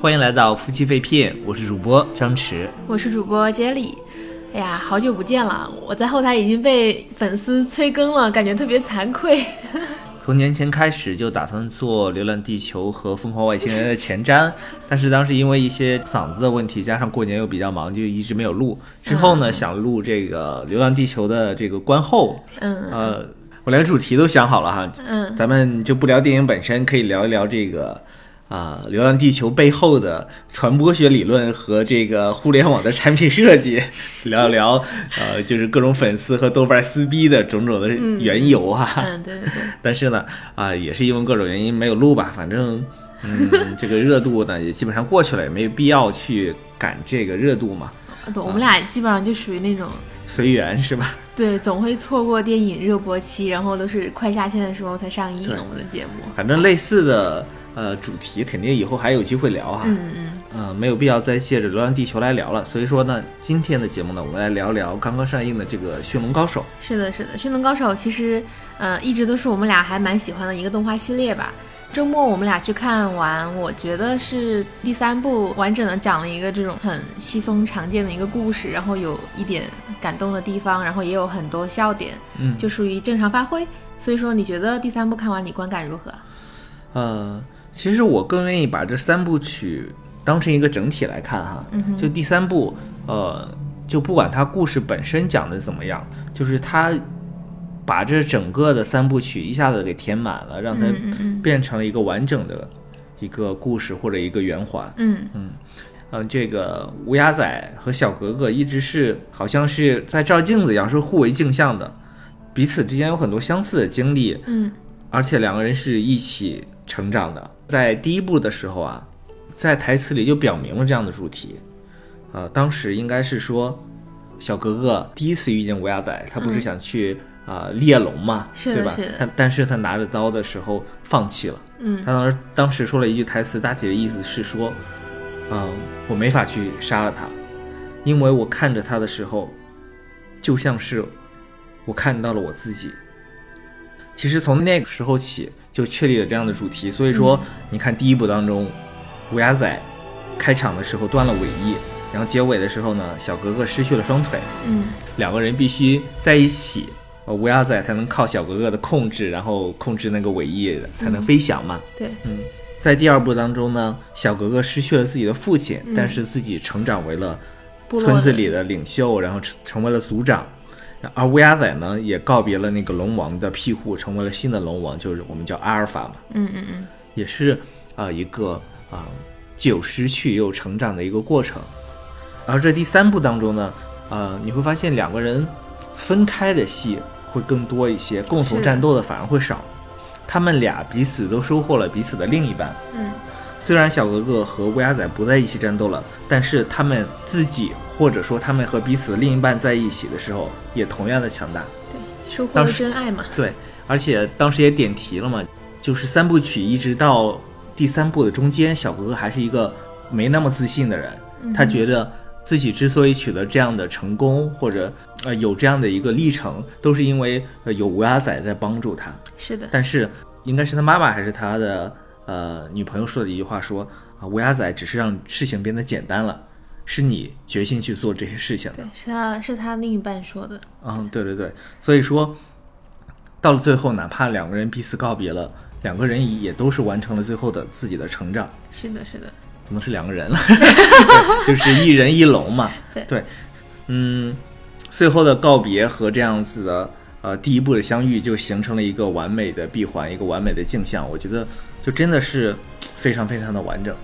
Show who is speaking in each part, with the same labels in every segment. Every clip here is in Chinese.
Speaker 1: 欢迎来到夫妻肺片，我是主播张弛，
Speaker 2: 我是主播杰里。哎呀，好久不见了，我在后台已经被粉丝催更了，感觉特别惭愧。
Speaker 1: 从年前开始就打算做《流浪地球》和《疯狂外星人》的前瞻，但是当时因为一些嗓子的问题，加上过年又比较忙，就一直没有录。之后呢，想录这个《流浪地球》的这个观后，我连主题都想好了哈，咱们就不聊电影本身，可以聊一聊这个流浪地球背后的传播学理论和这个互联网的产品设计，聊一聊就是各种粉丝和豆瓣撕逼的种种的缘由啊。
Speaker 2: 对。
Speaker 1: 但是呢也是因为各种原因没有录吧，反正这个热度呢也基本上过去了，也没有必要去赶这个热度嘛。
Speaker 2: 对，我们俩基本上就属于那种
Speaker 1: 随缘是吧？
Speaker 2: 对，总会错过电影热播期，然后都是快下线的时候才上映我们的节目。
Speaker 1: 反正类似的主题肯定以后还有机会聊哈。没有必要再借着《流浪地球》来聊了。所以说呢，今天的节目呢，我们来聊聊刚刚上映的这个《驯龙高手》。
Speaker 2: 是的，《驯龙高手》其实一直都是我们俩还蛮喜欢的一个动画系列吧。周末我们俩去看完，我觉得是第3部完整的讲了一个这种很稀松常见的一个故事，然后有一点感动的地方，然后也有很多笑点，就属于正常发挥。所以说你觉得第3部看完你观感如何？
Speaker 1: 其实我更愿意把这3部曲当成一个整体来看哈。就第3部就不管它故事本身讲的怎么样，就是它把这整个的3部曲一下子给填满了，让它变成了一个完整的一个故事或者一个圆环。这个乌鸦仔和小格格一直是好像是在照镜子一样，是互为镜像的，彼此之间有很多相似的经历。而且两个人是一起成长的。在第1部的时候啊，在台词里就表明了这样的主题。当时应该是说小格格第一次遇见乌鸦仔，他不是想去猎龙嘛，对吧？但是他拿着刀的时候放弃了。他当时说了一句台词，大体的意思是说，我没法去杀了他，因为我看着他的时候，就像是我看到了我自己。其实从那个时候起就确立了这样的主题。所以说你看第1部当中，乌鸦仔开场的时候断了尾翼，然后结尾的时候呢，小格格失去了双腿，两个人必须在一起，乌鸦仔才能靠小格格的控制，然后控制那个尾翼才能飞翔嘛。
Speaker 2: 对。
Speaker 1: 在第2部当中呢，小格格失去了自己的父亲，但是自己成长为了村子里的领袖，然后成为了族长。而乌鸦仔呢，也告别了那个龙王的庇护，成为了新的龙王，就是我们叫阿尔法嘛。也是一个既有失去又有成长的一个过程。而这第3部当中呢，你会发现两个人分开的戏会更多一些，共同战斗的反而会少。他们俩彼此都收获了彼此的另一半。虽然小格格和乌鸦仔不在一起战斗了，但是他们自己或者说他们和彼此的另一半在一起的时候也同样的强大。
Speaker 2: 对，收获了真爱嘛。
Speaker 1: 对，而且当时也点题了嘛，就是3部曲一直到第3部的中间，小格格还是一个没那么自信的人。他觉得自己之所以取得这样的成功，或者有这样的一个历程，都是因为有乌鸦仔在帮助他。
Speaker 2: 是的。
Speaker 1: 但是应该是他妈妈还是他的女朋友说的一句话，说乌鸦仔只是让事情变得简单了，是你决心去做这些事情的。
Speaker 2: 对，是他另一半说的。
Speaker 1: 对。所以说到了最后，哪怕两个人彼此告别了，两个人也都是完成了最后的自己的成长。
Speaker 2: 是的。
Speaker 1: 怎么是2个人了？就是一人一龙嘛。对。最后的告别和这样子的第1部的相遇，就形成了一个完美的闭环，一个完美的镜像。我觉得就真的是非常非常的完整。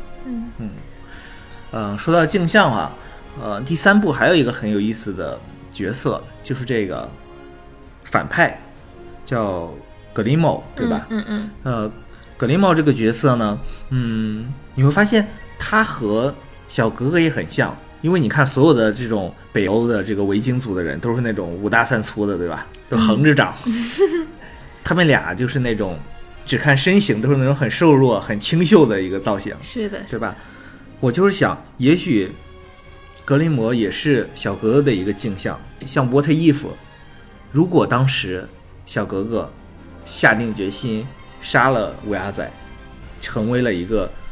Speaker 1: 说到镜像啊，第3部还有一个很有意思的角色，就是这个反派叫格林莫，对吧？格林莫这个角色呢，你会发现他和小格格也很像，因为你看所有的这种北欧的这个维京族的人都是那种5大3粗的，对吧？都横着长。他们俩就是那种只看身形都是那种很瘦弱很清秀的一个造型。
Speaker 2: 是的，
Speaker 1: 对吧？我就是想，也许格林摩也是小格格的一个镜像，像沃特伊夫，如果当时小格格下定决心杀了乌鸦仔，成为了一个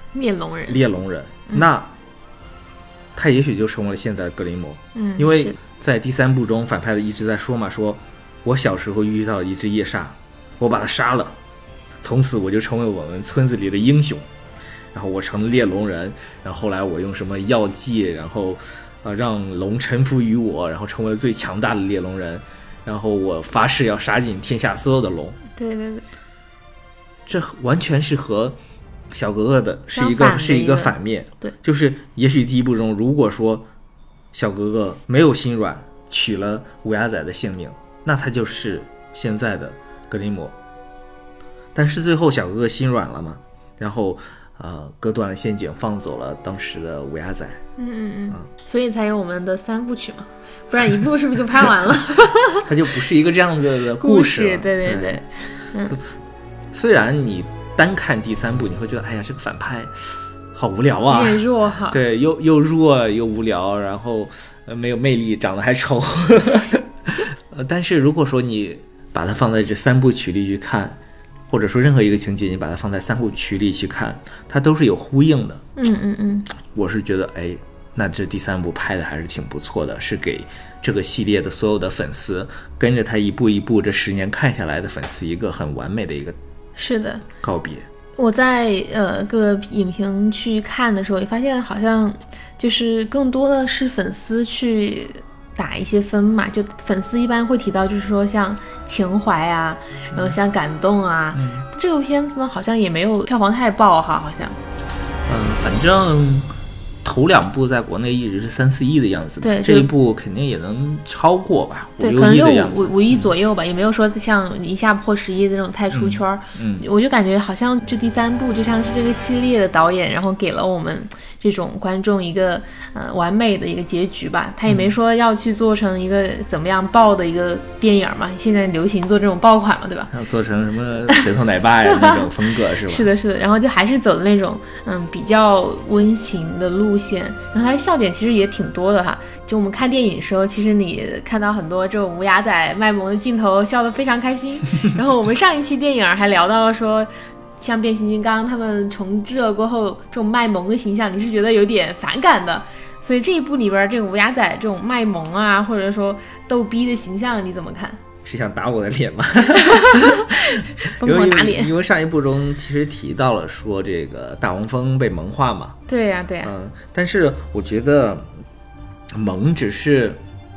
Speaker 2: 猎龙人，
Speaker 1: 那他也许就成为了现在的格林魔。因为在第3部中，反派的一直在说嘛，说我小时候遇到了一只夜煞，我把它杀了，从此我就成为我们村子里的英雄，然后我成了猎龙人，然后后来我用什么药剂，然后让龙臣服于我，然后成为了最强大的猎龙人，然后我发誓要杀尽天下所有的龙。
Speaker 2: 对，
Speaker 1: 这完全是和小格格的是一个反面。
Speaker 2: 对，
Speaker 1: 就是也许第1部中，如果说小格格没有心软，取了乌鸦仔的性命，那他就是现在的格林魔。但是最后小格格心软了嘛，然后割断了陷阱，放走了当时的乌鸦仔。
Speaker 2: 所以才有我们的3部曲嘛，不然1部是不是就拍完了？
Speaker 1: 它就不是一个这样的故事了。
Speaker 2: 对。
Speaker 1: 虽然你单看第3部，你会觉得哎呀，这个反派好无聊啊，
Speaker 2: 有点弱哈。
Speaker 1: 对，又弱又无聊，然后没有魅力，长得还丑。但是如果说你把它放在这3部曲里去看，或者说任何一个情节你把它放在3部曲里去看，它都是有呼应的。我是觉得那这第3部拍的还是挺不错的，是给这个系列的所有的粉丝，跟着他一步一步这10年看下来的粉丝一个很完美的一个告别。
Speaker 2: 我在各个影评去看的时候，也发现好像就是更多的是粉丝去打一些分嘛，就粉丝一般会提到就是说像情怀啊，然后像感动啊。这个片子呢好像也没有票房太爆哈，好像。
Speaker 1: 反正头2部在国内一直是3、4亿的样子，
Speaker 2: 对，
Speaker 1: 这一部肯定也能超过吧，5、6亿的样子，
Speaker 2: 可能就5亿左右吧，也没有说像一下破10亿的这种太出圈。我就感觉好像这第3部就像是这个系列的导演，然后给了我们这种观众一个完美的一个结局吧。他也没说要去做成一个怎么样爆的一个电影嘛，现在流行做这种爆款嘛，对吧？
Speaker 1: 要做成什么舌头奶爸呀那种风格是吧？
Speaker 2: 是的，然后就还是走的那种比较温情的路线，然后它的笑点其实也挺多的哈。就我们看电影的时候，其实你看到很多这种乌鸦仔卖萌的镜头，笑得非常开心。然后我们上一期电影还聊到说，像变形金刚他们重置了过后，这种卖萌的形象你是觉得有点反感的，所以这一部里边这个乌鸦仔这种卖萌啊，或者说逗逼的形象你怎么看？
Speaker 1: 是想打我的脸吗？
Speaker 2: 疯狂打脸。
Speaker 1: 因为上一部中其实提到了说这个大黄蜂被萌化嘛。
Speaker 2: 对呀。
Speaker 1: 但是我觉得萌只是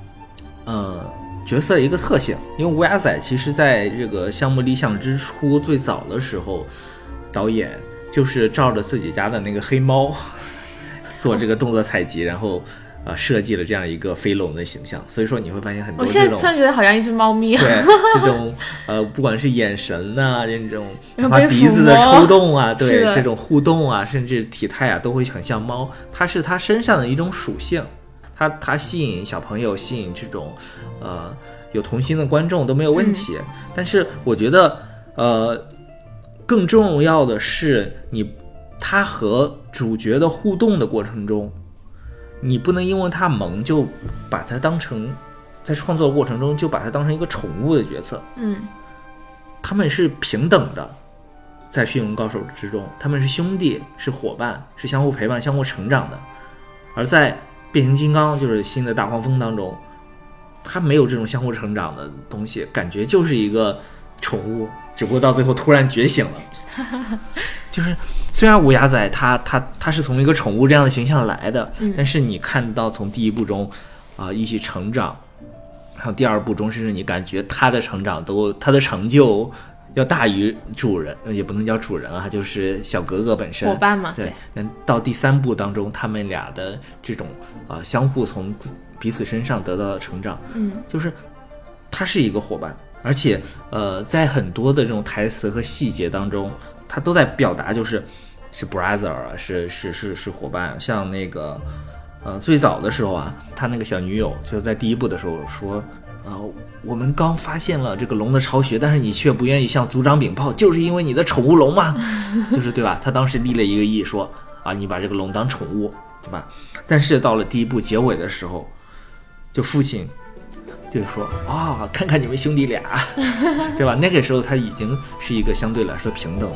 Speaker 1: 角色一个特性，因为乌鸦仔其实在这个项目立项之初最早的时候，导演就是照着自己家的那个黑猫做这个动作采集，然后设计了这样一个飞龙的形象，所以说你会发现很多这种，
Speaker 2: 我现在突然觉得好像一只猫咪。
Speaker 1: 对，这种不管是眼神啊，这种它鼻子的抽动啊，对，这种互动啊，甚至体态啊，都会很像猫。它是它身上的一种属性，它吸引小朋友，吸引这种有童心的观众都没有问题。但是我觉得更重要的是它和主角的互动的过程中，你不能因为它萌就把它当成，在创作过程中就把它当成一个宠物的角色。他们是平等的，在驯龙高手之中，他们是兄弟，是伙伴，是相互陪伴、相互成长的。而在变形金刚就是新的大黄蜂当中，它没有这种相互成长的东西，感觉就是一个宠物，只不过到最后突然觉醒了。就是虽然乌鸦仔它是从一个宠物这样的形象来的，但是你看到从第1部中一起成长，还有第2部中，甚至你感觉他的成长他的成就要大于主人，也不能叫主人啊，就是小格格本身
Speaker 2: 伙伴嘛。
Speaker 1: 对，到第3部当中，他们俩的这种相互从彼此身上得到的成长，就是他是一个伙伴，而且在很多的这种台词和细节当中，他都在表达是 brother 啊，是伙伴。像那个最早的时候啊，他那个小女友就在第1部的时候说我们刚发现了这个龙的巢穴，但是你却不愿意向族长禀报，就是因为你的宠物龙嘛。就是对吧，他当时立了一个意说你把这个龙当宠物，对吧？但是到了第1部结尾的时候，就父亲就是说看看你们兄弟俩，对吧？那个时候他已经是一个相对来说平等的了。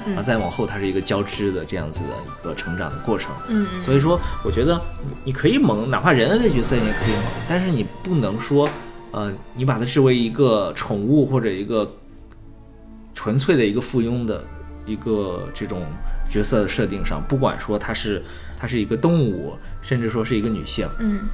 Speaker 1: 再往后它是一个交织的这样子的一个成长的过程。所以说我觉得你可以萌，哪怕人类角色你也可以萌，但是你不能说你把它视为一个宠物或者一个纯粹的一个附庸的一个这种角色的设定上，不管说它是一个动物，甚至说是一个女性。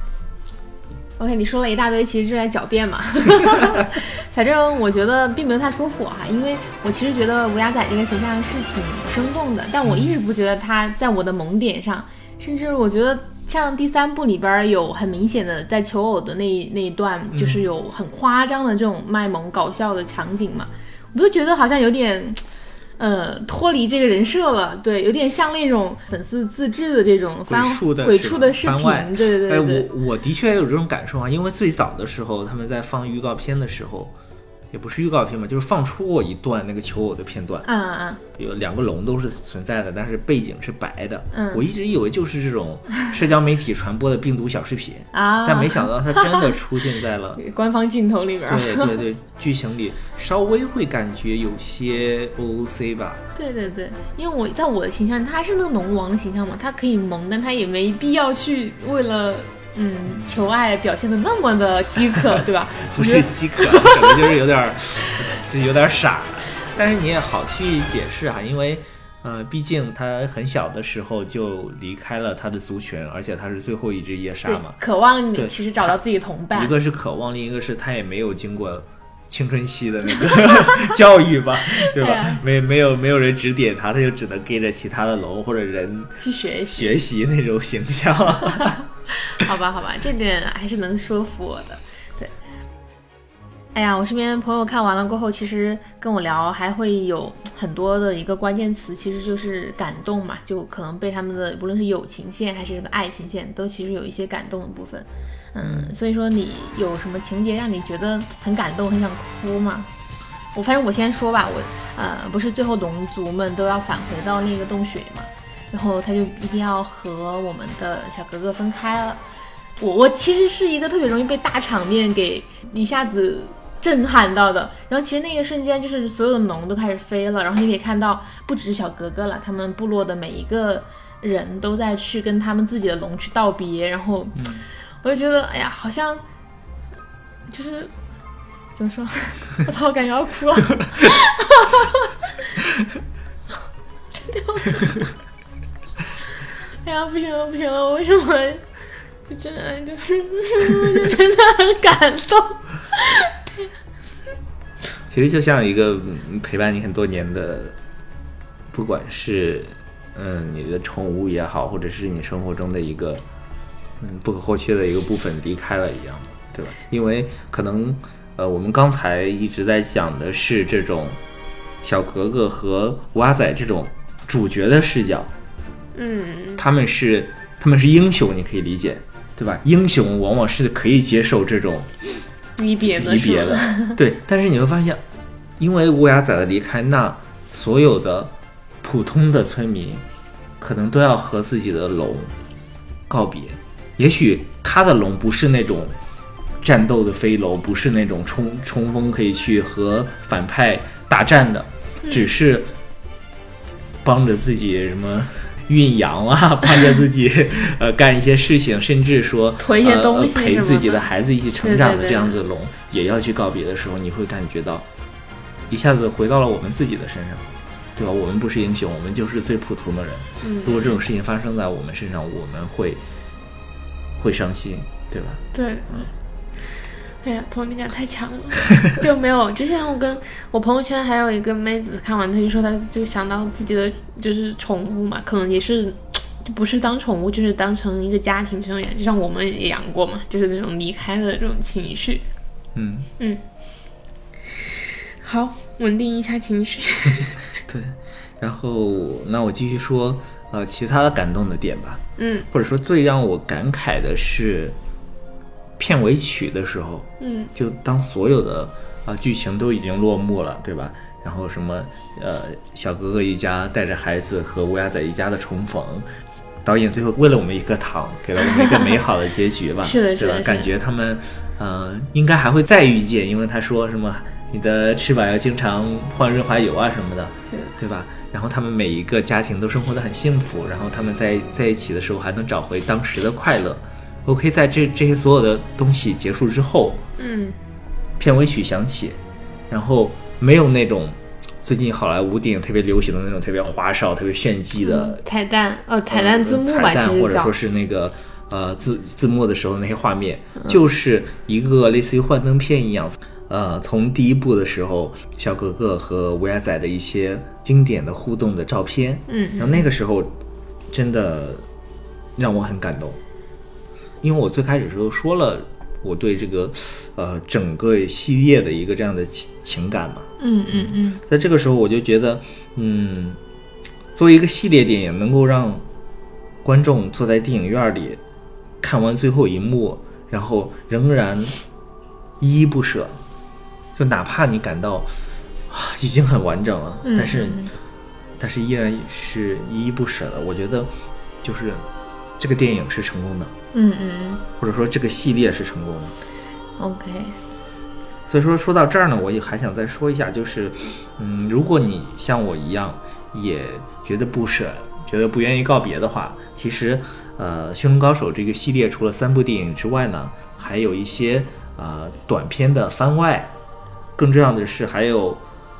Speaker 2: OK， 你说了一大堆，其实是在狡辩嘛。反正我觉得并没有太说服我哈，因为我其实觉得无牙仔这个形象是挺生动的，但我一直不觉得他在我的萌点上，甚至我觉得像第3部里边有很明显的在求偶的那一段，就是有很夸张的这种卖萌搞笑的场景嘛，我都觉得好像有点脱离这个人设了，对，有点像那种粉丝自制的这种鬼畜的视频，对。
Speaker 1: 我的确有这种感受啊，因为最早的时候他们在放预告片的时候，也不是预告片嘛，就是放出过一段那个求偶的片段，有2个龙都是存在的，但是背景是白的，我一直以为就是这种社交媒体传播的病毒小视频但没想到它真的出现在了
Speaker 2: 官方镜头里边，
Speaker 1: 对，剧情里稍微会感觉有些 OOC 吧。
Speaker 2: 对，因为在我的形象，他是那个龙王的形象嘛，他可以萌，但他也没必要去为了求爱表现的那么的饥渴，对吧？
Speaker 1: 不是饥渴，可能就是有点傻，但是你也好去解释啊，因为毕竟他很小的时候就离开了他的族群，而且他是最后一只夜叉嘛，
Speaker 2: 渴望其实找到自己同伴，
Speaker 1: 一个是渴望，另一个是他也没有经过青春期的那个教育吧，对吧？没有人指点他，他就只能跟着其他的龙或者人
Speaker 2: 去学
Speaker 1: 习那种形象。
Speaker 2: 好吧，这点还是能说服我的。对，哎呀，我身边朋友看完了过后，其实跟我聊还会有很多的一个关键词，其实就是感动嘛，就可能被他们的不论是友情线还是这个爱情线，都其实有一些感动的部分。所以说你有什么情节让你觉得很感动很想哭吗？反正我先说吧，不是最后龙族们都要返回到那个洞穴嘛，然后他就一定要和我们的小哥哥分开了。我其实是一个特别容易被大场面给一下子震撼到的，然后其实那个瞬间就是所有的龙都开始飞了，然后你可以看到不只是小哥哥了，他们部落的每一个人都在去跟他们自己的龙去道别，然后我就觉得哎呀，好像就是怎么说，我操，我感觉要哭了。真的。哎呀，不行了，我为什么就真的就真的很感动。
Speaker 1: 其实就像一个陪伴你很多年的，不管是你的宠物也好，或者是你生活中的一个不可或缺的一个部分离开了一样，对吧？因为可能我们刚才一直在讲的是这种小格格和蛙仔这种主角的视角，他们是英雄，你可以理解，对吧？英雄往往是可以接受这种
Speaker 2: 离别的，
Speaker 1: 对。但是你会发现，因为乌鸦仔的离开，那所有的普通的村民可能都要和自己的龙告别。也许他的龙不是那种战斗的飞龙，不是那种冲锋可以去和反派大战的，只是帮着自己什么运羊啊，帮着自己干一些事情，甚至说
Speaker 2: 驮一些东西，
Speaker 1: 陪自己的孩子一起成长的这样子的龙，也要去告别的时候，你会感觉到一下子回到了我们自己的身上，对吧？我们不是英雄，我们就是最普通的人。如果这种事情发生在我们身上，我们会伤心，对吧？
Speaker 2: 对。哎呀，同理感太强了，就没有。之前我跟我朋友圈还有一个妹子看完，她就说她就想到自己的就是宠物嘛，可能也是就不是当宠物，就是当成一个家庭成员，就像我们也养过嘛，就是那种离开的这种情绪。好，稳定一下情绪。
Speaker 1: 对，然后那我继续说其他的感动的点吧。或者说最让我感慨的是片尾曲的时候，就当所有的剧情都已经落幕了，对吧？然后什么小哥哥一家带着孩子和乌鸦仔一家的重逢，导演最后喂了我们一颗糖，给了我们一个美好的结局吧。
Speaker 2: 是的，
Speaker 1: 对吧？感觉他们应该还会再遇见，因为他说什么你的翅膀要经常换润滑油啊什么的，对吧？然后他们每一个家庭都生活得很幸福，然后他们在一起的时候还能找回当时的快乐。OK， 在这些所有的东西结束之后，片尾曲响起，然后没有那种最近好莱坞电影特别流行的那种特别花哨、特别炫技的
Speaker 2: 彩蛋彩蛋字幕吧，
Speaker 1: 彩蛋或者说是那个字幕的时候那些画面，就是一个类似于幻灯片一样。从第一部的时候，小格格和乌鸦仔的一些经典的互动的照片，然后那个时候真的让我很感动，因为我最开始时候说了我对这个整个系列的一个这样的情感嘛，在这个时候我就觉得，作为一个系列电影，能够让观众坐在电影院里看完最后一幕，然后仍然依依不舍。就哪怕你感到已经很完整了，但是依然是依依不舍的。我觉得就是这个电影是成功的，或者说这个系列是成功的。
Speaker 2: OK，
Speaker 1: 所以说到这儿呢，我也还想再说一下，就是如果你像我一样也觉得不舍，觉得不愿意告别的话，其实驯龙高手这个系列除了3部电影之外呢，还有一些短片的番外。更重要的是还有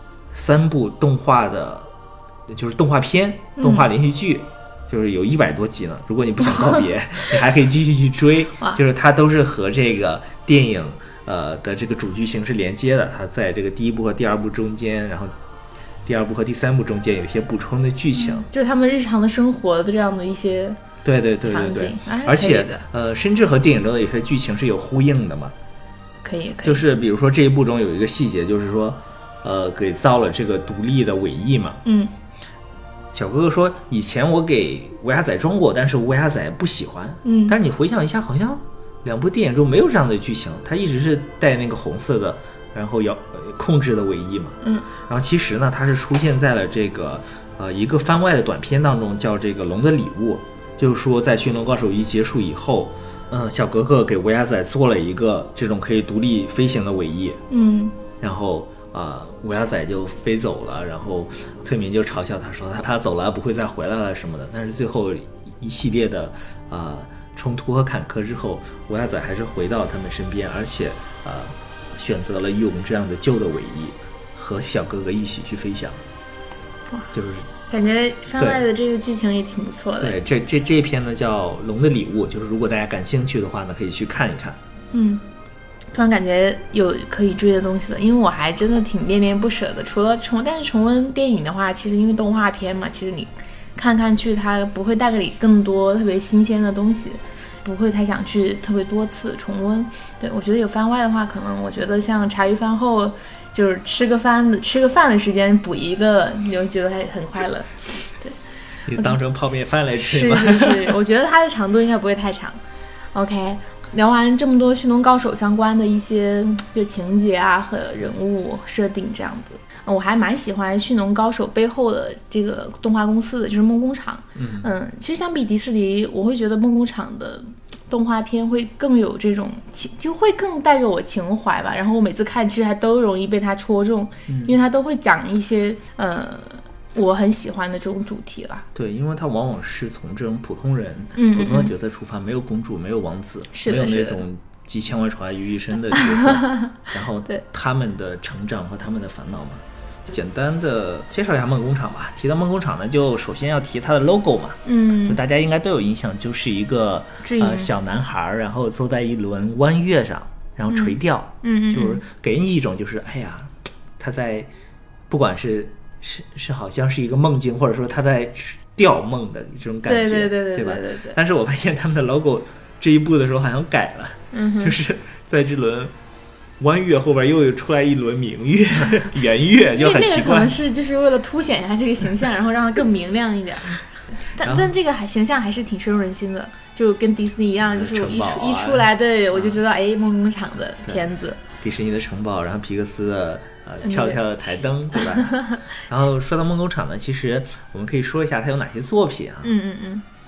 Speaker 1: 3部动画的，就是动画片、动画连续剧，就是有100多集呢。如果你不想告别，你还可以继续去追，就是它都是和这个电影的这个主剧情是连接的。它在这个第1部和第2部中间，然后第2部和第3部中间有一些补充的剧情，
Speaker 2: 就是他们日常的生活的这样的一些
Speaker 1: 对，而且甚至和电影中的有些剧情是有呼应的嘛。
Speaker 2: 可以，
Speaker 1: 就是比如说这一部中有一个细节，就是说，给造了这个独立的尾翼嘛。小哥哥说，以前我给乌鸦仔装过，但是乌鸦仔不喜欢。但是你回想一下，好像2部电影中没有这样的剧情，它一直是带那个红色的，然后控制的尾翼嘛。然后其实呢，它是出现在了这个一个番外的短片当中，叫这个《龙的礼物》，就是说在《驯龙高手1》结束以后。小格格给乌鸦仔做了一个这种可以独立飞行的尾翼，然后乌鸦仔就飞走了，然后村民就嘲笑他说他走了不会再回来了什么的。但是最后一系列的冲突和坎坷之后，乌鸦仔还是回到他们身边，而且选择了用这样的旧的尾翼和小格格一起去飞翔。就是
Speaker 2: 感觉番外的这个剧情也挺不错的。
Speaker 1: 对，这一篇呢叫《龙的礼物》，就是如果大家感兴趣的话呢，可以去看一看。
Speaker 2: 突然感觉有可以追的东西了，因为我还真的挺恋恋不舍的。但是重温电影的话，其实因为动画片嘛，其实你看去它不会带给你更多特别新鲜的东西，不会太想去特别多次重温。对，我觉得有番外的话，可能我觉得像茶余饭后。就是吃个饭的时间补一个，你就觉得还很快乐。对，
Speaker 1: 你当成泡面饭来吃吗？
Speaker 2: 是，我觉得它的长度应该不会太长。OK， 聊完这么多驯龙高手相关的一些就情节啊和人物设定这样子，我还蛮喜欢驯龙高手背后的这个动画公司的，就是梦工厂。其实相比迪士尼，我会觉得梦工厂的动画片会更有这种就会更带给我情怀吧。然后我每次看其实还都容易被它戳中，因为它都会讲一些我很喜欢的这种主题啦。
Speaker 1: 对，因为它往往是从这种普通人、普通的角色出发，没有公主，没有王子，没有那种集千万宠爱于一身的角色，然后他们的成长和他们的烦恼嘛。简单的介绍一下梦工厂吧。提到梦工厂呢，就首先要提它的 logo 嘛。就大家应该都有印象，就是一个小男孩，然后坐在一轮弯月上，然后垂钓。就是给人一种就是哎呀，他在不管是好像是一个梦境，或者说他在钓梦的这种感觉，对吧？但是我发现他们的 logo 这一部的时候好像改了，就是在这轮弯月后边又出来一轮明月圆月，就很奇怪。
Speaker 2: 那个可能是就是为了凸显一下这个形象，然后让它更明亮一点。但这个形象还是挺深入人心的，就跟迪士尼一样，就是一出来，对我就知道梦工厂的片子。
Speaker 1: 迪士尼的城堡，然后皮克斯的跳的台灯，对吧？然后说到梦工厂呢，其实我们可以说一下它有哪些作品啊。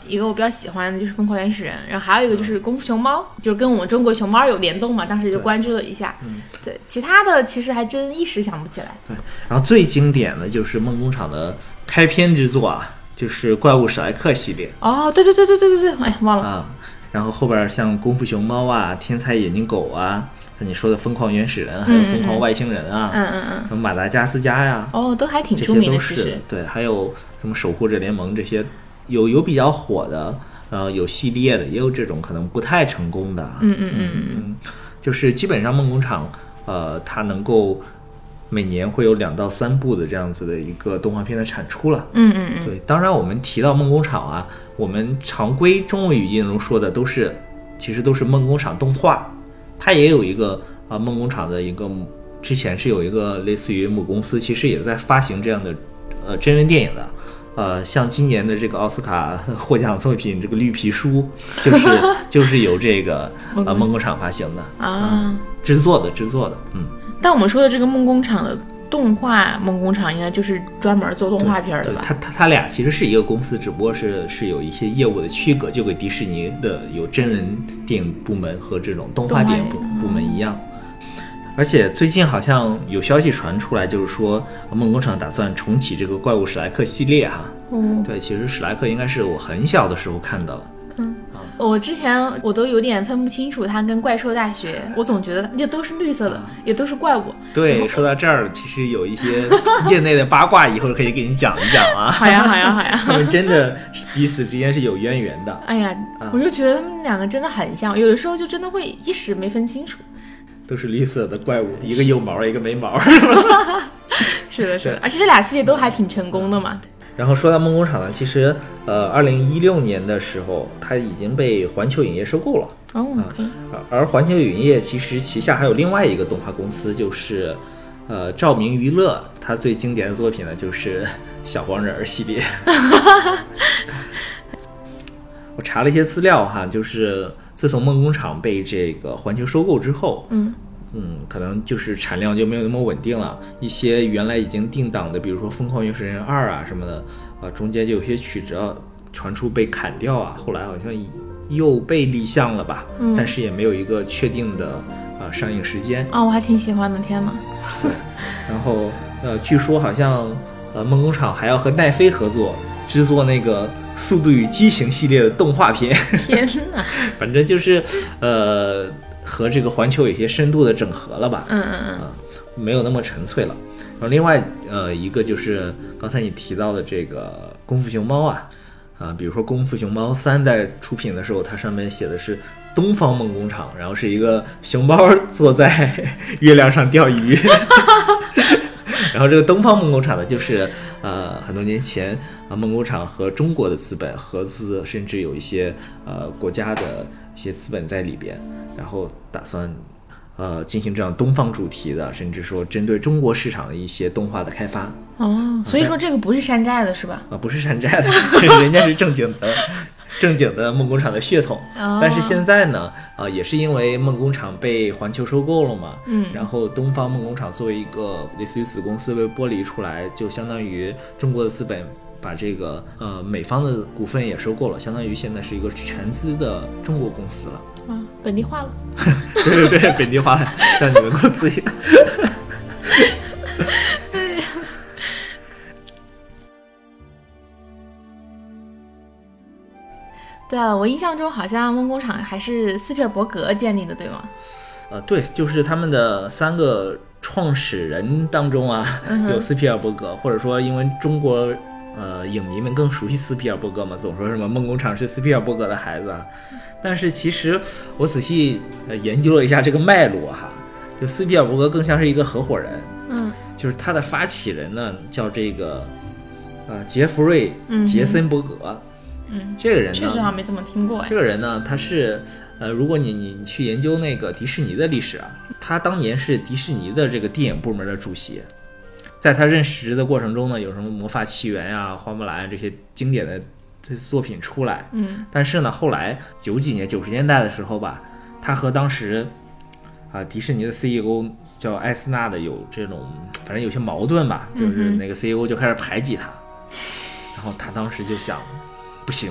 Speaker 2: 一个我比较喜欢的就是《疯狂原始人》，然后还有一个就是《功夫熊猫》，就是跟我们中国熊猫有联动嘛，当时就关注了一下。对，其他的其实还真一时想不起来。
Speaker 1: 对，然后最经典的就是梦工厂的开篇之作啊，就是怪物史莱克系列。
Speaker 2: 哦，对，哎，忘了
Speaker 1: 啊。然后后边像功夫熊猫啊、天才眼镜狗啊，像你说的疯狂原始人，还有疯狂外星人啊，什么马达加斯加呀，
Speaker 2: 都还挺出名的，
Speaker 1: 其实对，还有什么守护者联盟这些，有比较火的，有系列的，也有这种可能不太成功的，就是基本上梦工厂，它能够每年会有2到3部的这样子的一个动画片的产出了，对，当然我们提到梦工厂啊，我们常规中文语境中说的其实都是梦工厂动画。它也有一个梦工厂的一个，之前是有一个类似于母公司，其实也在发行这样的真人电影的，像今年的这个奥斯卡获奖作品这个绿皮书，就是由这个梦工厂发行的啊，制作的，
Speaker 2: 但我们说的这个梦工厂的动画梦工厂应该就是专门做动画片的吧？
Speaker 1: 他俩其实是一个公司，只不过是有一些业务的区隔，就跟迪士尼的有真人电影部门和这种动画电影部门一样。而且最近好像有消息传出来，就是说梦工厂打算重启这个怪物史莱克系列哈。对，其实史莱克应该是我很小的时候看到了。
Speaker 2: 我之前我都有点分不清楚它跟怪兽大学，我总觉得也都是绿色的，也都是怪物。
Speaker 1: 对，说到这儿，其实有一些业内的八卦，以后可以给你讲一讲啊。
Speaker 2: 好呀。
Speaker 1: 他们真的彼此之间是有渊源的。
Speaker 2: 哎呀，我就觉得他们两个真的很像，有的时候就真的会一时没分清楚。
Speaker 1: 都是绿色的怪物，一个有毛，一个没毛。
Speaker 2: 是的，而且这俩系列都还挺成功的嘛。
Speaker 1: 然后说到梦工厂呢，其实2016年的时候，它已经被环球影业收购了。而环球影业其实旗下还有另外一个动画公司，就是照明娱乐，它最经典的作品呢就是小黄人系列。我查了一些资料哈，就是自从梦工厂被这个环球收购之后，可能就是产量就没有那么稳定了，一些原来已经定档的，比如说《疯狂原始人2》啊什么的，中间就有些曲折传出被砍掉啊，后来好像又被立项了吧，但是也没有一个确定的上映时间。
Speaker 2: 我还挺喜欢的，天哪！
Speaker 1: 对，然后据说好像梦工厂还要和奈飞合作制作那个《速度与激情》系列的动画片。
Speaker 2: 天哪！
Speaker 1: 反正就是和这个环球有些深度的整合了吧，没有那么纯粹了。然后另外一个就是刚才你提到的这个功夫熊猫比如说功夫熊猫3在出品的时候，它上面写的是东方梦工厂，然后是一个熊猫坐在月亮上钓鱼。然后这个东方梦工厂呢，就是很多年前梦工厂和中国的资本合资，甚至有一些国家的一些资本在里边，然后打算进行这样东方主题的，甚至说针对中国市场的一些动画的开发。
Speaker 2: 所以说这个不是山寨的是吧？
Speaker 1: 不是山寨的，人家是正经的梦工厂的血统。但是现在呢，也是因为梦工厂被环球收购了嘛，然后东方梦工厂作为一个类似于子公司被剥离出来，就相当于中国的资本把这个美方的股份也收购了，相当于现在是一个全资的中国公司了。
Speaker 2: 本地化了。
Speaker 1: 对，本地化了，像你们公司一样。
Speaker 2: 对了，我印象中好像梦工厂还是斯皮尔伯格建立的，对吗？
Speaker 1: 对，就是他们的3个创始人当中有斯皮尔伯格，或者说因为中国影迷们更熟悉斯皮尔伯格嘛，总说什么梦工厂是斯皮尔伯格的孩子但是其实我仔细研究了一下这个脉络就斯皮尔伯格更像是一个合伙人，就是他的发起人呢叫这个杰弗瑞杰森伯格。这个人呢，
Speaker 2: 确实好像没怎么听过。
Speaker 1: 这个人呢，他是如果你去研究那个迪士尼的历史他当年是迪士尼的这个电影部门的主席。在他任职的过程中呢，有什么魔法奇缘花木兰这些经典的作品出来。但是呢，后来90年代的时候吧，他和当时迪士尼的 CEO 叫艾斯纳的有这种反正有些矛盾吧，就是那个 CEO 就开始排挤他，然后他当时就想。不行，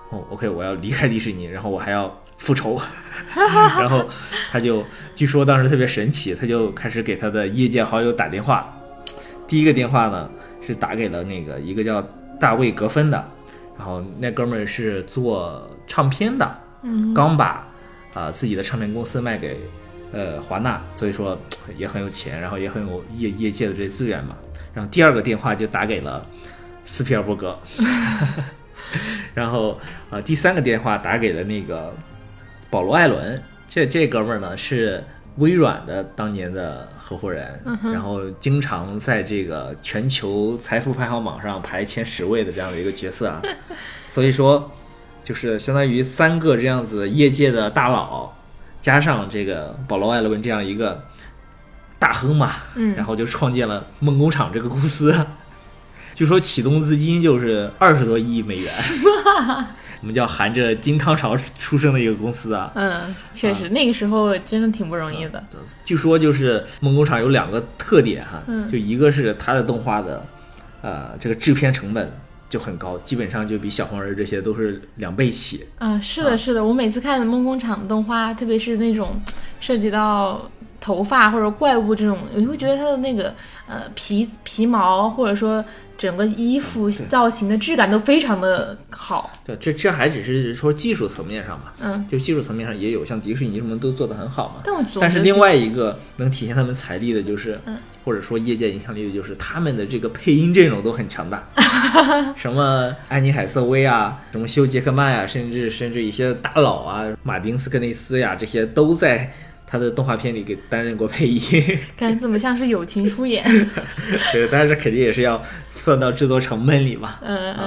Speaker 1: OK， 我要离开迪士尼，然后我还要复仇。然后他就据说当时特别神奇，他就开始给他的业界好友打电话。第一个电话呢是打给了那个一个叫大卫格芬的，然后那哥们儿是做唱片的，刚把自己的唱片公司卖给华纳，所以说也很有钱，然后也很有业界的这些资源嘛。然后第二个电话就打给了斯皮尔伯格，然后第三个电话打给了那个保罗艾伦，这哥们儿呢是微软的当年的合伙人，然后经常在这个全球财富排行榜上排前10位的这样的一个角色啊，所以说就是相当于3个这样子业界的大佬，加上这个保罗艾伦这样一个大亨嘛，然后就创建了梦工厂这个公司，据说启动资金就是20多亿美元。我们叫含着金汤勺出生的一个公司啊。
Speaker 2: 确实，那个时候真的挺不容易的。
Speaker 1: 据说就是梦工厂有2个特点哈，就一个是它的动画的这个制片成本就很高，基本上就比小黄人这些都是2倍起。
Speaker 2: 是的，是的，我每次看梦工厂的动画，特别是那种涉及到头发或者怪物这种，你会觉得它的那个皮毛或者说整个衣服造型的质感都非常的好。
Speaker 1: 对，这还只是说技术层面上嘛，就技术层面上也有，像迪士尼什么都做得很好嘛。但是另外一个能体现他们财力的就是，或者说业界影响力的就是他们的这个配音阵容都很强大，什么安妮海瑟薇啊，什么休杰克曼啊，甚至一些大佬啊，马丁斯科内斯呀，这些都在他的动画片里给担任过配音。
Speaker 2: 感觉怎么像是友情出演？
Speaker 1: 对，但是肯定也是要算到制作成本里嘛。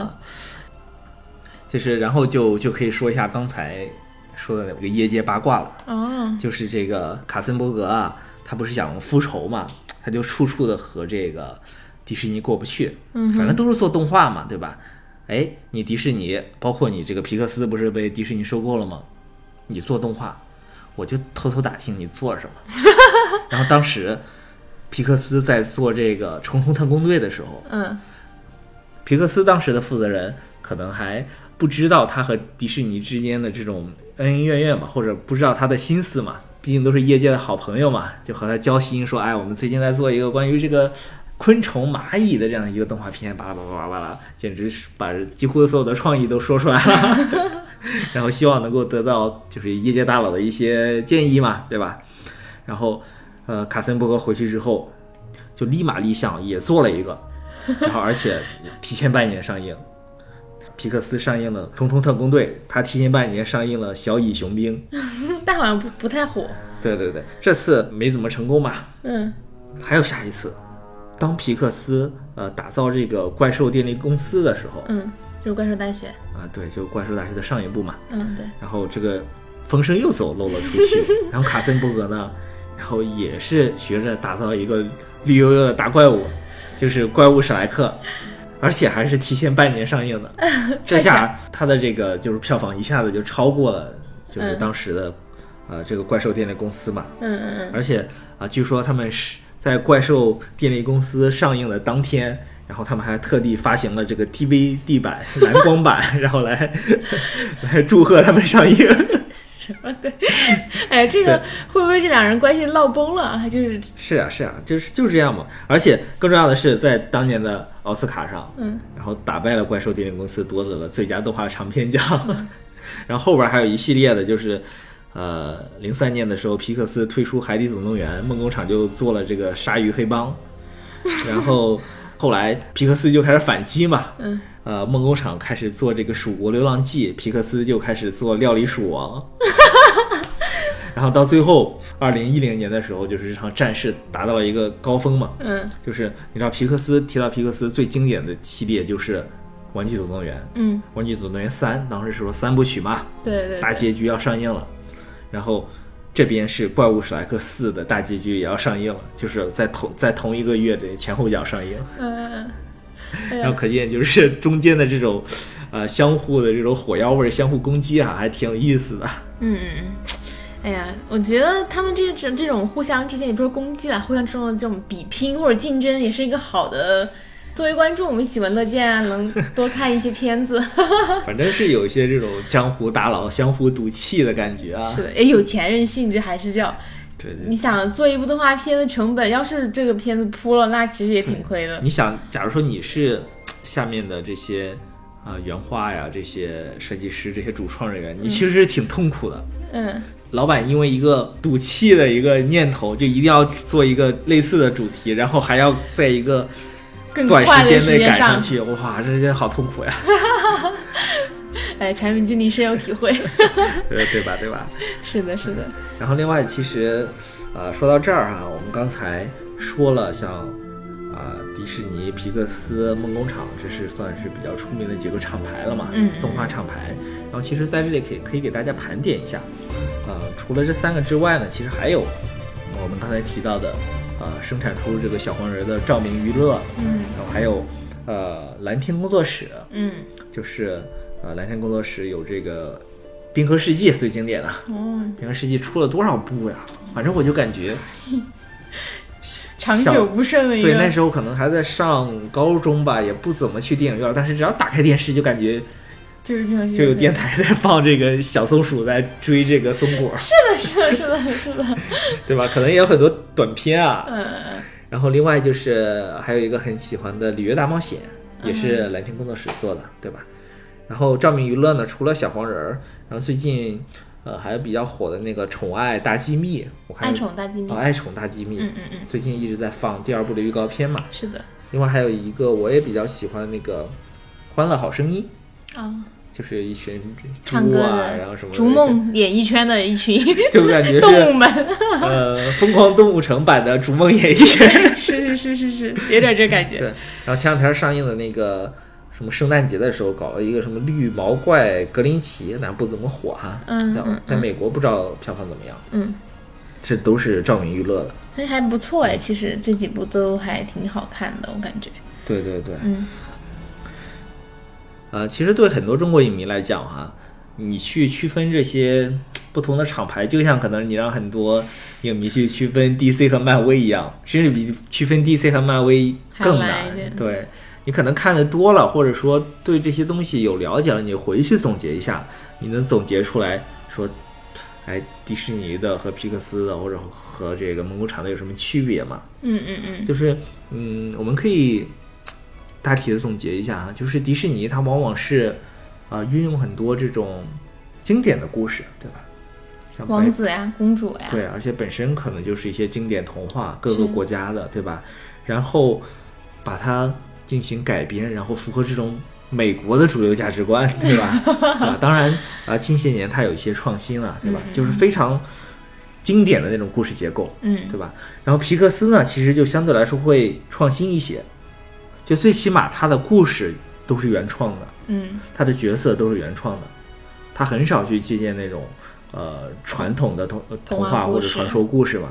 Speaker 1: 就是然后就可以说一下刚才说的那个业界八卦了。就是这个卡森伯格啊，他不是想复仇嘛，他就处处的和这个迪士尼过不去。反正都是做动画嘛，对吧？你迪士尼，包括你这个皮克斯不是被迪士尼收购了吗？你做动画，我就偷偷打听你做什么。然后当时皮克斯在做这个虫虫特工队的时候，皮克斯当时的负责人可能还不知道他和迪士尼之间的这种恩恩怨怨嘛，或者不知道他的心思嘛，毕竟都是业界的好朋友嘛，就和他交心说，我们最近在做一个关于这个昆虫蚂蚁的这样一个动画片，巴拉巴拉巴拉巴拉，简直是把几乎所有的创意都说出来了。然后希望能够得到就是业界大佬的一些建议嘛，对吧？然后卡森伯格回去之后就立马立项也做了一个，然后而且提前半年上映。皮克斯上映了《虫虫特工队》，他提前半年上映了《小蚁雄兵》，
Speaker 2: 但好像不太火。
Speaker 1: 对，这次没怎么成功嘛。还有下一次，当皮克斯打造这个怪兽电力公司的时候，
Speaker 2: 就是怪兽大学
Speaker 1: 对，就怪兽大学的上一部嘛。
Speaker 2: 对。
Speaker 1: 然后这个风声又漏了出去，然后卡森伯格呢，然后也是学着打造一个绿油油的大怪物，就是怪物史莱克，而且还是提前半年上映的。这下他的这个就是票房一下子就超过了就是当时的这个怪兽电力公司嘛。而且据说他们是在怪兽电力公司上映的当天，然后他们还特地发行了这个 DVD 版蓝光版，然后来祝贺他们上映。
Speaker 2: 什么？对，这个会不会这2人关系闹崩了？
Speaker 1: 是啊，就是这样嘛。而且更重要的是，在当年的奥斯卡上，然后打败了怪兽电力公司，夺得了最佳动画长片奖。然后后边还有一系列的，就是03年的时候，皮克斯推出《海底总动员》，梦工厂就做了这个《鲨鱼黑帮》，然后后来皮克斯就开始反击嘛。梦工厂开始做这个《蜀国流浪记》，皮克斯就开始做《料理鼠王》。然后到最后2010年的时候，就是这场战事达到了一个高峰嘛。就是你知道提到皮克斯最经典的系列就是《玩具总动员》。玩具总动员3当时是说3部曲嘛，
Speaker 2: 对，
Speaker 1: 大结局要上映了。然后这边是怪物史莱克4的大结局也要上映了，就是在同一个月的前后脚上映。然后可见就是中间的这种相互的这种火药味相互攻击还挺有意思的。
Speaker 2: 我觉得他们这种互相之间也不是攻击了，互相之中的这种比拼或者竞争也是一个好的作为观众，我们喜闻乐见啊，能多看一些片子。
Speaker 1: 反正是有一些这种江湖大佬相互赌气的感觉啊。
Speaker 2: 是的，有钱人性质还是这样。
Speaker 1: 对，
Speaker 2: 你想做一部动画片的成本，要是这个片子扑了，那其实也挺亏的。
Speaker 1: 你想，假如说你是下面的这些原画呀，这些设计师，这些主创人员，你其实是挺痛苦的。老板因为一个赌气的一个念头，就一定要做一个类似的主题，然后还要在一个短时间内赶上去，哇，这些好痛苦呀！
Speaker 2: 产品经理深有体会。
Speaker 1: 对吧？
Speaker 2: 是的，是的。
Speaker 1: 然后另外，其实说到这儿我们刚才说了像迪士尼、皮克斯、梦工厂，这是算是比较出名的几个厂牌了嘛，动画厂牌。然后其实在这里可以给大家盘点一下，除了这3个之外呢，其实还有我们刚才提到的生产出这个小黄人的照明娱乐，然后还有蓝天工作室，就是蓝天工作室有这个冰河世纪最经典的，冰河世纪出了多少部呀？反正我就感觉
Speaker 2: 长久不胜的一个。
Speaker 1: 对，那时候可能还在上高中吧，也不怎么去电影院，但是只要打开电视就感觉就有电台在放这个小松鼠在追这个松果。
Speaker 2: 是的，
Speaker 1: 对吧？可能也有很多短片啊。然后另外就是还有一个很喜欢的《里约大冒险》，也是蓝天工作室做的，对吧？然后照明娱乐呢，除了小黄人，然后最近还有比较火的那个《宠爱大机密》，我看
Speaker 2: 爱宠大机密，
Speaker 1: 爱宠大机密，最近一直在放第2部的预告片嘛。
Speaker 2: 是的。
Speaker 1: 另外还有一个我也比较喜欢的那个《欢乐好声音》就是一群
Speaker 2: 唱歌
Speaker 1: 的，然后什么
Speaker 2: 逐梦演艺圈的一群，
Speaker 1: 就感觉是
Speaker 2: 动物们，
Speaker 1: 疯狂动物城版的逐梦演艺圈，
Speaker 2: 是，有点这感觉。
Speaker 1: 对，然后前2天上映的那个什么圣诞节的时候搞了一个什么绿毛怪格林奇，那不怎么火哈，在美国不知道票房怎么样，这都是照明娱乐的，
Speaker 2: 还不错哎，其实这几部都还挺好看的，我感觉。
Speaker 1: 对，其实对很多中国影迷来讲你去区分这些不同的厂牌，就像可能你让很多影迷去区分 DC 和漫威一样，甚至比区分 DC 和漫威更难。对，你可能看得多了，或者说对这些东西有了解了，你回去总结一下，你能总结出来说，迪士尼的和皮克斯的或者和这个梦工厂的有什么区别吗？就是我们可以大体的总结一下就是迪士尼它往往是运用很多这种经典的故事，对吧？像
Speaker 2: 王子呀、公主呀，
Speaker 1: 对，而且本身可能就是一些经典童话，各个国家的，对吧？然后把它进行改编，然后符合这种美国的主流价值观，对吧？当然近些年它有一些创新了，对吧？就是非常经典的那种故事结构，对吧？然后皮克斯呢，其实就相对来说会创新一些，就最起码它的故事都是原创的，它的角色都是原创的，它很少去借鉴那种传统的童话或者传说故事嘛。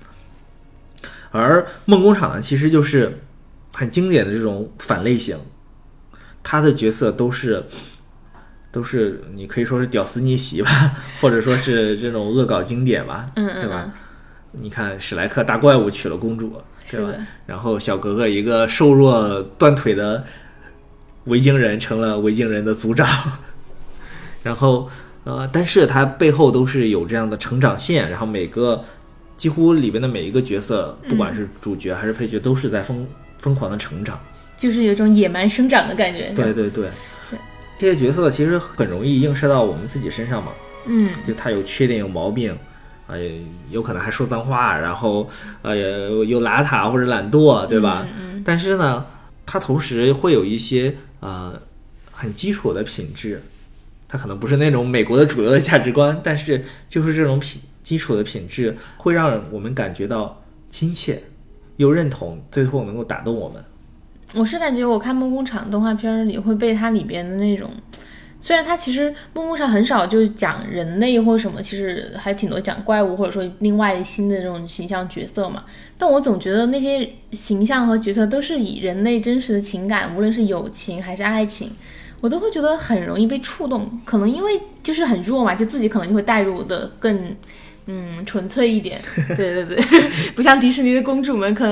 Speaker 1: 而梦工厂呢，其实就是很经典的这种反类型，他的角色都是你可以说是屌丝逆袭吧，或者说是这种恶搞经典吧，对吧？你看史莱克大怪物娶了公主，对吧？然后小格格一个瘦弱断腿的维京人成了维京人的族长，然后但是他背后都是有这样的成长线，然后几乎里边的每一个角色，不管是主角还是配角，都是在疯狂的成长，
Speaker 2: 就是有一种野蛮生长的感觉。
Speaker 1: 对，这些角色其实很容易映射到我们自己身上嘛。就他有缺点有毛病有可能还说脏话，然后又邋遢或者懒惰，对吧？但是呢，他同时会有一些很基础的品质，他可能不是那种美国的主流的价值观，但是就是这种基础的品质会让我们感觉到亲切又认同，最后能够打动我们。
Speaker 2: 我是感觉我看梦工厂动画片里会被它里边的那种，虽然它其实梦工厂很少就是讲人类或什么，其实还挺多讲怪物或者说另外新的这种形象角色嘛，但我总觉得那些形象和角色都是以人类真实的情感，无论是友情还是爱情，我都会觉得很容易被触动，可能因为就是很弱嘛，就自己可能就会带入的更纯粹一点。对，不像迪士尼的公主们可能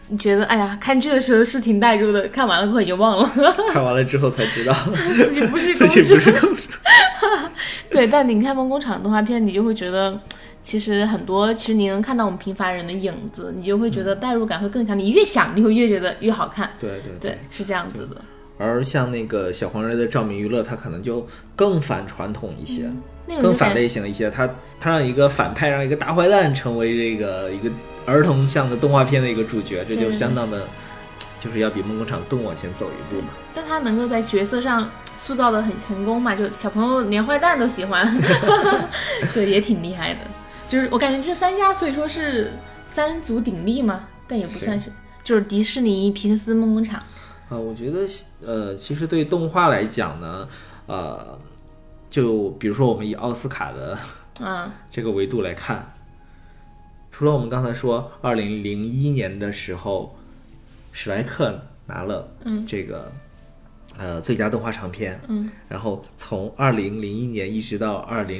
Speaker 2: 你觉得哎呀，看剧的时候是挺带入的，看完了过后也就忘了。
Speaker 1: 看完了之后才知道
Speaker 2: 自己不是公主。对，但你看梦工厂动画片，你就会觉得其实你能看到我们平凡人的影子，你就会觉得代入感会更强。你越想，你会越觉得越好看。
Speaker 1: 对，
Speaker 2: 是这样子的。
Speaker 1: 而像那个小黄人的照明娱乐，它可能就更反传统一些，
Speaker 2: 那种
Speaker 1: 更反类型一些。它让一个反派，让一个大坏蛋成为这个一个儿童向的动画片的一个主角，这就相当的，就是要比梦工厂更往前走一步嘛。
Speaker 2: 但他能够在角色上塑造的很成功嘛，就小朋友连坏蛋都喜欢，对，也挺厉害的。就是我感觉这3家，所以说是3足鼎立嘛，但也不算是，就是迪士尼、皮克斯、梦工厂。
Speaker 1: 我觉得其实对动画来讲呢，就比如说我们以奥斯卡的这个维度来看，除了我们刚才说2001年的时候，史莱克拿了这个最佳动画长片，然后从2001年一直到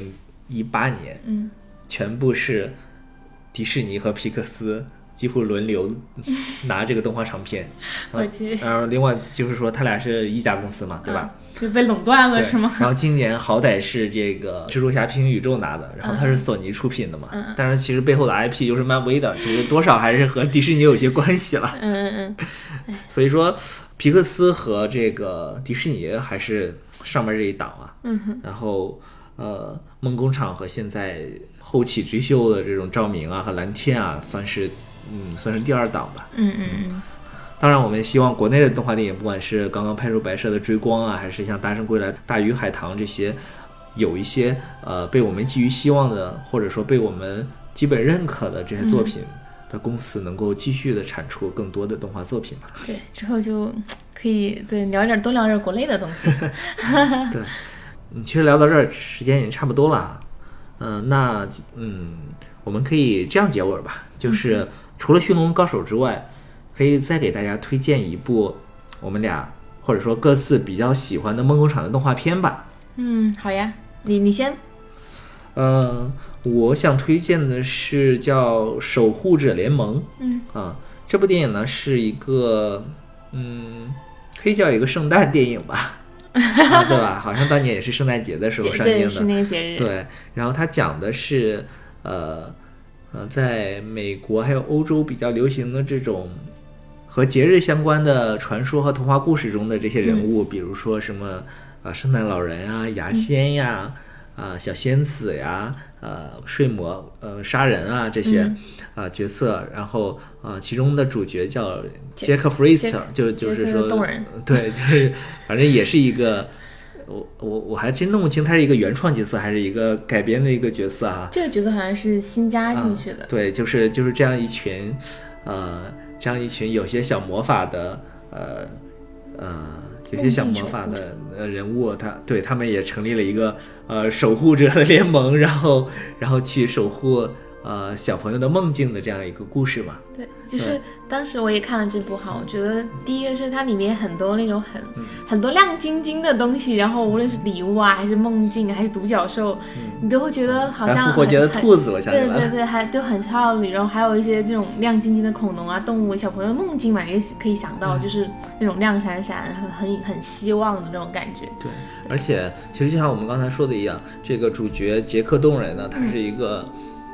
Speaker 1: 2018年，全部是迪士尼和皮克斯几乎轮流拿这个动画长片。然后另外就是说他俩是一家公司嘛，对吧？
Speaker 2: 就被垄断了是吗？
Speaker 1: 然后今年好歹是这个蜘蛛侠平行宇宙拿的，然后它是索尼出品的嘛，但是其实背后的 IP 又是漫威的，其实多少还是和迪士尼有些关系了。所以说皮克斯和这个迪士尼还是上面这一档啊。然后梦工厂和现在后起之秀的这种照明啊和蓝天啊，算是第2档吧。当然我们希望国内的动画电影，不管是刚刚拍出白蛇的追光啊，还是像大圣归来、大鱼海棠这些，有一些被我们寄予希望的，或者说被我们基本认可的这些作品的公司，能够继续的产出更多的动画作品吧。
Speaker 2: 对，之后就可以多聊点国内的东西。
Speaker 1: 对，其实聊到这儿时间也差不多了。那我们可以这样结尾吧，就是除了驯龙高手之外，可以再给大家推荐一部我们俩或者说各自比较喜欢的梦工厂的动画片吧。
Speaker 2: 好呀，你先。
Speaker 1: 我想推荐的是叫《守护者联盟》。这部电影呢是一个可以叫一个圣诞电影吧。对吧？好像当年也是圣诞节的时候上映的，
Speaker 2: 对，是那个节日。
Speaker 1: 对，然后它讲的是在美国还有欧洲比较流行的这种和节日相关的传说和童话故事中的这些人物，比如说什么圣诞老人啊、牙仙呀、小仙子呀、睡魔、杀人啊这些角色，然后其中的主角叫杰克·弗瑞斯特，就是说
Speaker 2: 动人，
Speaker 1: 对，就是反正也是一个。我还真弄不清他是一个原创角色还是一个改编的一个角色啊。
Speaker 2: 这个角色好像是新加进去的。
Speaker 1: 对，就是这样一群有些小魔法的有些小魔法的人物，他们也成立了一个守护者的联盟，然后去守护小朋友的梦境的这样一个故事嘛。
Speaker 2: 对，就是当时我也看了这部哈，我觉得第一个是它里面很多那种很多亮晶晶的东西，然后无论是礼物啊，还是梦境，还是独角兽，你都会觉得好像
Speaker 1: 复活节的兔子，我想起来了，
Speaker 2: 对，还都很少女，然后还有一些这种亮晶晶的恐龙啊、动物，小朋友的梦境嘛，也可以想到，就是那种亮闪闪、很希望的那种感觉。
Speaker 1: 对，而且其实就像我们刚才说的一样，这个主角杰克动人呢，他是一个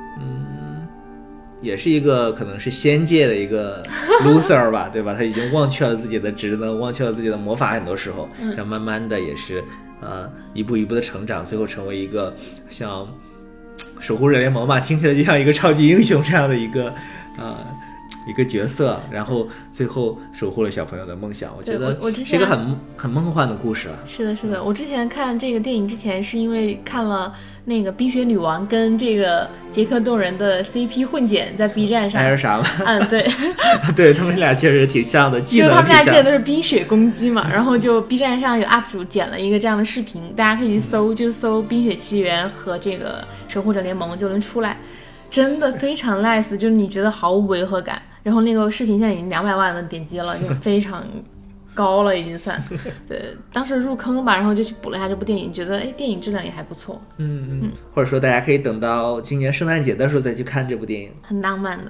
Speaker 1: 也是一个可能是仙界的一个 loser 吧，对吧？他已经忘却了自己的职能，忘却了自己的魔法，很多时候，然后慢慢的也是一步一步的成长，最后成为一个像守护者联盟吧，听起来就像一个超级英雄这样的一个角色，然后最后守护了小朋友的梦想。我觉得是一个很梦幻的故事啊。
Speaker 2: 是的，我之前看这个电影之前是因为看了那个冰雪女王跟这个杰克动人的 CP 混剪在 B 站上。
Speaker 1: 还是啥吗？
Speaker 2: 对
Speaker 1: 对，他们俩确实挺像的，
Speaker 2: 就他们俩剪的都是冰雪攻击嘛，然后就 B 站上有 UP 主剪了一个这样的视频，大家可以去搜，就搜冰雪奇缘和这个守护者联盟就能出来，真的非常 nice， 就是你觉得毫无违和感。然后那个视频现在已经200万的点击了，就非常高了已经算。对，当时入坑吧，然后就去补了一下这部电影，觉得电影质量也还不错。
Speaker 1: 或者说大家可以等到今年圣诞节的时候再去看这部电影，
Speaker 2: 很浪漫的。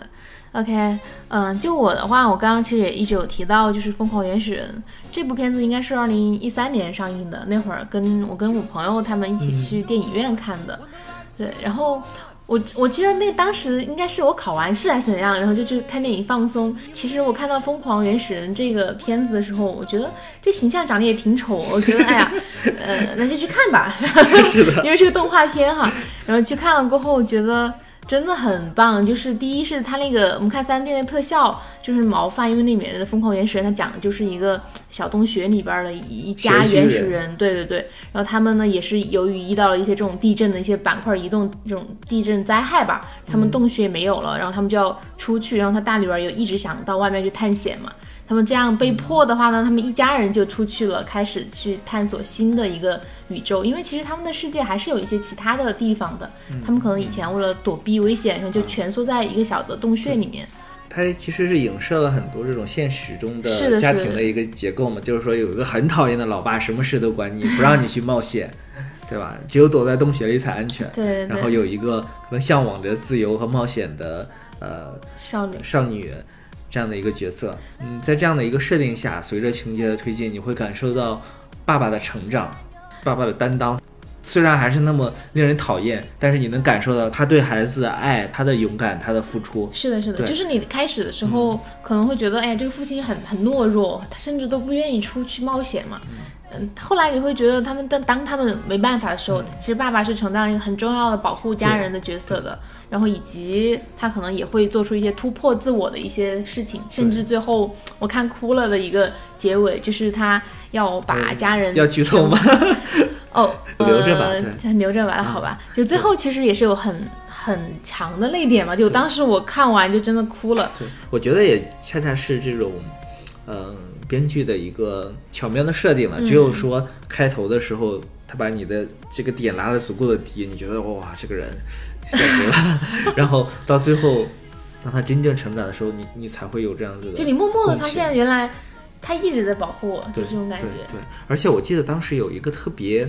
Speaker 2: OK， 就我的话，我刚刚其实也一直有提到，就是《疯狂原始人》这部片子应该是2013年上映的，那会儿跟我朋友他们一起去电影院看的，对，然后我记得那当时应该是我考完试还是怎样，然后就去看电影放松。其实我看到《疯狂原始人》这个片子的时候，我觉得这形象长得也挺丑，我觉得哎呀，那就去看吧，因为是个动画片哈。然后去看了过后，我觉得真的很棒，就是第一是它那个我们看3D 的特效，就是毛发，因为那里面的疯狂原始人它讲的就是一个小洞穴里边的一家原始人，对对对，然后他们呢也是由于遇到了一些这种地震的一些板块移动这种地震灾害吧，他们洞穴没有了，然后他们就要出去，然后他大女儿也一直想到外面去探险嘛，他们这样被迫的话呢，他们一家人就出去了，开始去探索新的一个宇宙，因为其实他们的世界还是有一些其他的地方的，他们可能以前为了躲避危险，然后就蜷缩在一个小的洞穴里面。
Speaker 1: 它其实是影射了很多这种现实中的家庭的一个结构嘛，就是说有一个很讨厌的老爸，什么事都管你，不让你去冒险，对吧？只有躲在洞穴里才安全。
Speaker 2: 对。
Speaker 1: 然后有一个可能向往着自由和冒险的少女这样的一个角色。在这样的一个设定下，随着情节的推进，你会感受到爸爸的成长，爸爸的担当。虽然还是那么令人讨厌，但是你能感受到他对孩子的爱，他的勇敢，他的付出。
Speaker 2: 是的，是的，就是你开始的时候可能会觉得，哎，这个父亲很懦弱，他甚至都不愿意出去冒险嘛。后来你会觉得他们当他们没办法的时候，其实爸爸是承担一个很重要的保护家人的角色的，然后以及他可能也会做出一些突破自我的一些事情，甚至最后我看哭了的一个结尾，就是他要把家人
Speaker 1: 要剧透吗？留着吧，
Speaker 2: 留着吧，好吧。就最后其实也是有很强的泪点嘛，就当时我看完就真的哭了。
Speaker 1: 对，我觉得也恰恰是这种，编剧的一个巧妙的设定了。只有说开头的时候，他把你的这个点拉得足够的低，你觉得哇，这个人吓死了。然后到最后，当他真正成长的时候，你才会有这样子的，
Speaker 2: 就你默默的发现原来他一直在保护我，就这种感觉。
Speaker 1: 对，而且我记得当时有一个特别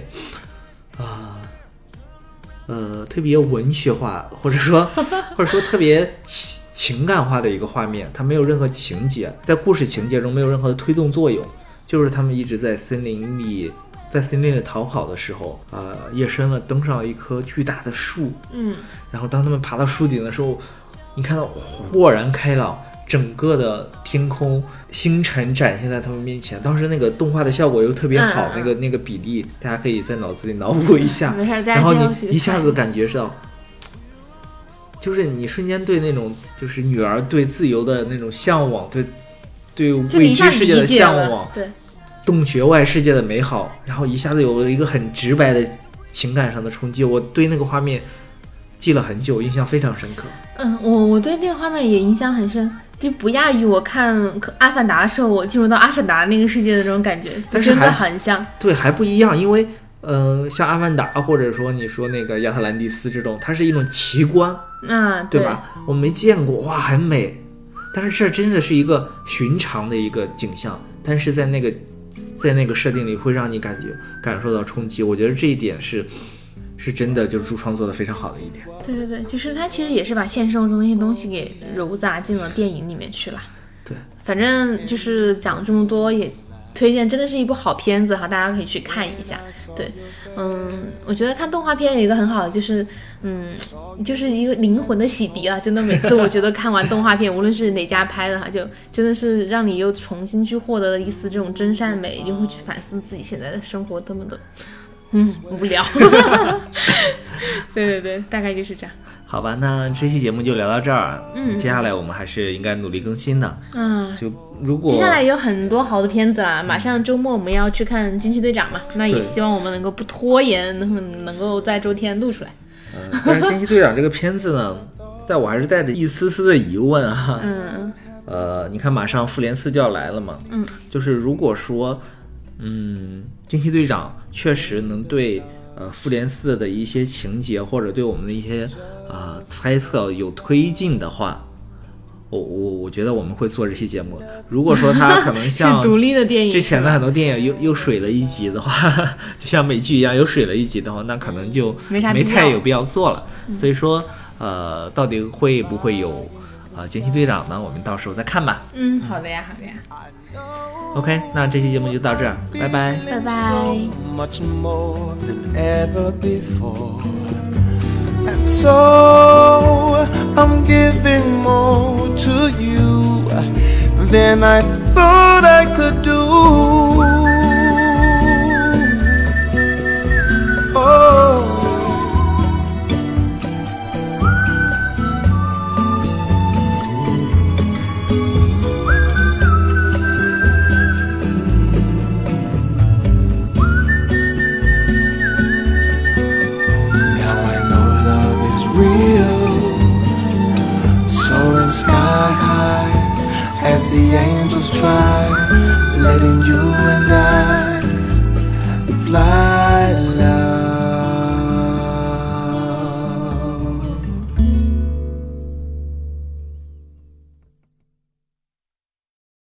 Speaker 1: 特别文学化，或者说特别情感化的一个画面，它没有任何情节，在故事情节中没有任何的推动作用，就是他们一直在森林里逃跑的时候，夜深了，登上了一棵巨大的树，然后当他们爬到树顶的时候，你看到豁然开朗，整个的天空星辰展现在他们面前，当时那个动画的效果又特别好，那个比例大家可以在脑子里脑补一下，然后你一下子感觉到，就是你瞬间对那种就是女儿对自由的那种向往，对未知世界的向往，
Speaker 2: 对
Speaker 1: 洞穴外世界的美好，然后一下子有了一个很直白的情感上的冲击，我对那个画面记了很久，印象非常深刻。
Speaker 2: 我对那个画面也印象很深，就不亚于我看《阿凡达》的时候，我进入到阿凡达那个世界的这种感觉，
Speaker 1: 但是
Speaker 2: 真的很像。
Speaker 1: 对，还不一样，因为像阿凡达或者说你说那个亚特兰蒂斯这种，它是一种奇观对吧？我没见过，哇，很美。但是这真的是一个寻常的一个景象，但是在那个设定里会让你感受到冲击。我觉得这一点是真的，就是朱创做的非常好的一点。
Speaker 2: 对，就是他其实也是把现实生活中那些东西给糅杂进了电影里面去了。
Speaker 1: 对，
Speaker 2: 反正就是讲了这么多，也推荐，真的是一部好片子哈，大家可以去看一下。对，我觉得看动画片有一个很好的就是，就是一个灵魂的洗涤啊！真的，每次我觉得看完动画片，无论是哪家拍的哈，就真的是让你又重新去获得了一丝这种真善美，就会去反思自己现在的生活多么的无聊。对，大概就是这样。
Speaker 1: 好吧，那这期节目就聊到这儿。接下来我们还是应该努力更新的。就如果
Speaker 2: 接下来有很多好的片子啦，马上周末我们要去看惊奇队长嘛，那也希望我们能够不拖延，能够在周天录出来。
Speaker 1: 但是惊奇队长这个片子呢，在我还是带着一丝丝的疑问哈。你看马上复联4就要来了嘛，就是如果说惊奇队长确实能对复联4的一些情节或者对我们的一些猜测有推进的话，我觉得我们会做这期节目。如果说他可能像
Speaker 2: 独立的电影
Speaker 1: 之前的很多电影又水了一集的话，就像美剧一样又水了一集的话，那可能就没太有必要做了。所以说到底会不会有惊奇队长呢，我们到时候再看吧。
Speaker 2: 好的呀，好的呀。
Speaker 1: OK， 那这期节目就到这儿，拜拜，
Speaker 2: 拜拜。
Speaker 3: And so I'm giving more to you than I thought I could do.